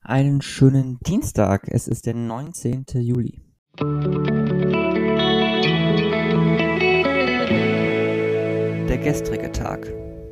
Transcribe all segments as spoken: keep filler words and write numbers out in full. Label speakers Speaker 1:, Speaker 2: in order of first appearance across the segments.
Speaker 1: Einen schönen Dienstag. Es ist der neunzehnte Juli. Der gestrige Tag.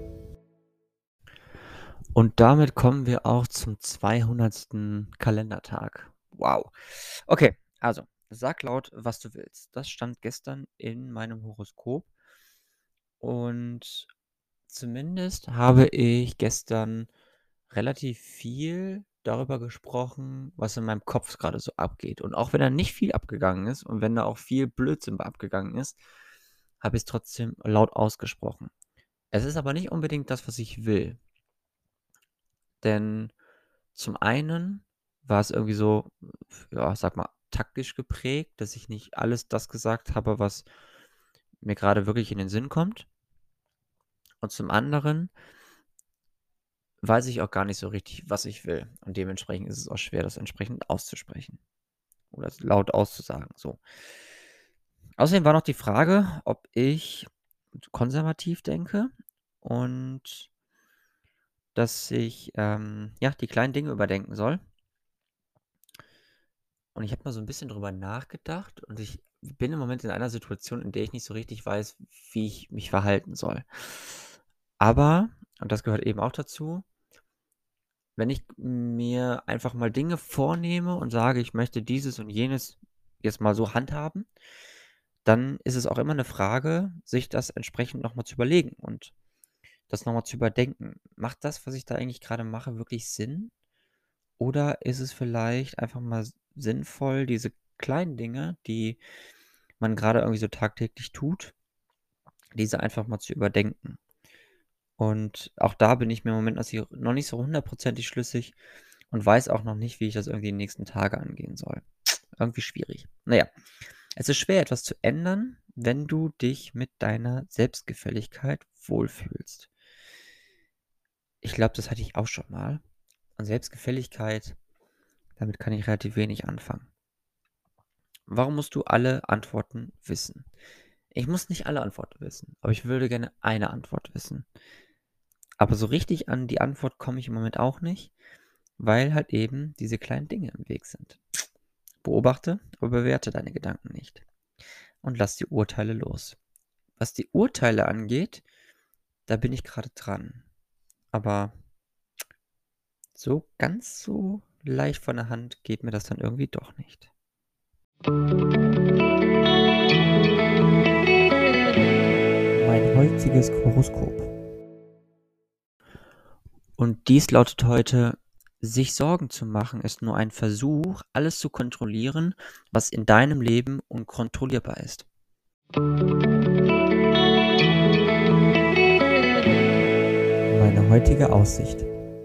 Speaker 1: Und damit kommen wir auch zum zweihundertsten Kalendertag. Wow. Okay, also sag laut, was du willst. Das stand gestern in meinem Horoskop. Und zumindest habe ich gestern relativ viel darüber gesprochen, was in meinem Kopf gerade so abgeht. Und auch wenn da nicht viel abgegangen ist und wenn da auch viel Blödsinn bei abgegangen ist, habe ich es trotzdem laut ausgesprochen. Es ist aber nicht unbedingt das, was ich will. Denn zum einen war es irgendwie so, ja, sag mal, taktisch geprägt, dass ich nicht alles das gesagt habe, was mir gerade wirklich in den Sinn kommt. Und zum anderen weiß ich auch gar nicht so richtig, was ich will. Und dementsprechend ist es auch schwer, das entsprechend auszusprechen. Oder es laut auszusagen, so. Außerdem war noch die Frage, ob ich konservativ denke und dass ich, ähm, ja, die kleinen Dinge überdenken soll. Und ich habe mal so ein bisschen drüber nachgedacht und ich bin im Moment in einer Situation, in der ich nicht so richtig weiß, wie ich mich verhalten soll. Aber, und das gehört eben auch dazu, wenn ich mir einfach mal Dinge vornehme und sage, ich möchte dieses und jenes jetzt mal so handhaben, dann ist es auch immer eine Frage, sich das entsprechend noch mal zu überlegen und das noch mal zu überdenken. Macht das, was ich da eigentlich gerade mache, wirklich Sinn? Oder ist es vielleicht einfach mal s sinnvoll, diese kleinen Dinge, die man gerade irgendwie so tagtäglich tut, diese einfach mal zu überdenken? Und auch da bin ich mir im Moment noch si noch nicht so hundertprozentig schlüssig und weiß auch noch nicht, wie ich das irgendwie die nächsten Tage angehen soll. Irgendwie schwierig. Na ja, es ist schwer, etwas zu ändern, wenn du dich mit deiner Selbstgefälligkeit wohlfühlst. Ich glaube, das hatte ich auch schon mal. Und Selbstgefälligkeit, damit kann ich relativ wenig anfangen. Warum musst du alle Antworten wissen? Ich muss nicht alle Antworten wissen, aber ich würde gerne eine Antwort wissen. Aber so richtig an die Antwort komme ich im Moment auch nicht, weil halt eben diese kleinen Dinge im Weg sind. Beobachte, aber bewerte deine Gedanken nicht. Und lass die Urteile los. Was die Urteile angeht, da bin ich gerade dran. Aber so ganz so leicht von der Hand geht mir das dann irgendwie doch nicht. Mein heutiges Horoskop. Und dies lautet heute: Sich Sorgen zu machen ist nur ein Versuch, alles zu kontrollieren, was in deinem Leben unkontrollierbar ist. Meine heutige Aussicht.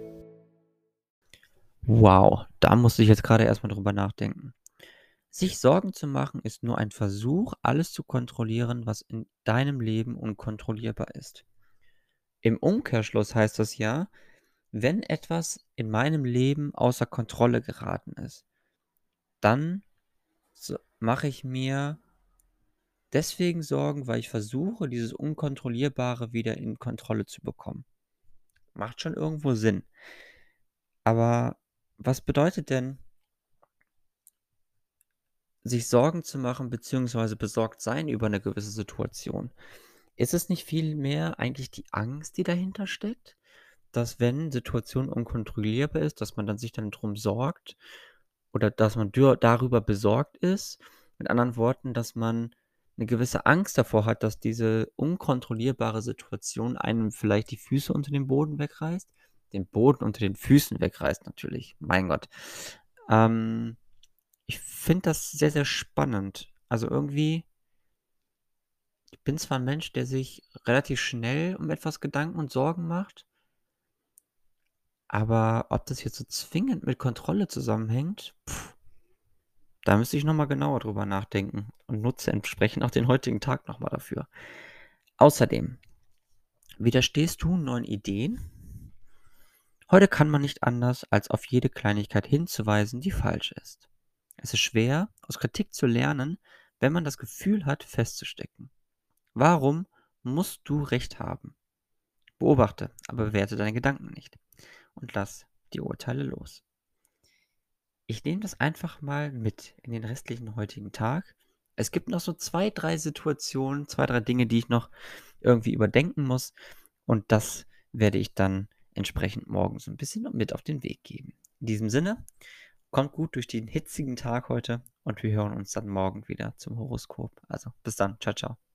Speaker 1: Wow, da musste ich jetzt gerade erstmal drüber nachdenken. Sich Sorgen zu machen ist nur ein Versuch, alles zu kontrollieren, was in deinem Leben unkontrollierbar ist. Im Umkehrschluss heißt das ja, wenn etwas in meinem Leben außer Kontrolle geraten ist, dann so mache ich mir deswegen Sorgen, weil ich versuche, dieses Unkontrollierbare wieder in Kontrolle zu bekommen. Macht schon irgendwo Sinn. Aber was bedeutet denn, sich Sorgen zu machen beziehungsweise besorgt sein über eine gewisse Situation? Ist es nicht vielmehr eigentlich die Angst, die dahinter steckt? Dass, wenn Situation unkontrollierbar ist, dass man dann sich dann drum sorgt oder dass man dür darüber besorgt ist. Mit anderen Worten, dass man eine gewisse Angst davor hat, dass diese unkontrollierbare Situation einem vielleicht die Füße unter den Boden wegreißt, den Boden unter den Füßen wegreißt natürlich, mein Gott. Ähm, Ich finde das sehr, sehr spannend. Also, irgendwie ich bin zwar ein Mensch, der sich relativ schnell um etwas Gedanken und Sorgen macht, aber ob das jetzt so zwingend mit Kontrolle zusammenhängt, puh, da müsste ich noch mal genauer drüber nachdenken und nutze entsprechend auch den heutigen Tag noch mal dafür. Außerdem, widerstehst du neuen Ideen? Heute kann man nicht anders, als auf jede Kleinigkeit hinzuweisen, die falsch ist. Es ist schwer, aus Kritik zu lernen, wenn man das Gefühl hat, festzustecken. Warum musst du Recht haben? Beobachte, aber bewerte deine Gedanken nicht und lass die Urteile los. ich nehme das einfach mal mit in den restlichen heutigen Tag. Es gibt noch so zwei, drei Situationen, zwei, drei Dinge, die ich noch irgendwie überdenken muss und das werde ich dann entsprechend morgen so 'n bisschen mit auf den Weg geben. In diesem Sinne, kommt gut durch den hitzigen Tag heute und wir hören uns dann morgen wieder zum Horoskop. Also, bis dann. Tschau, tschau.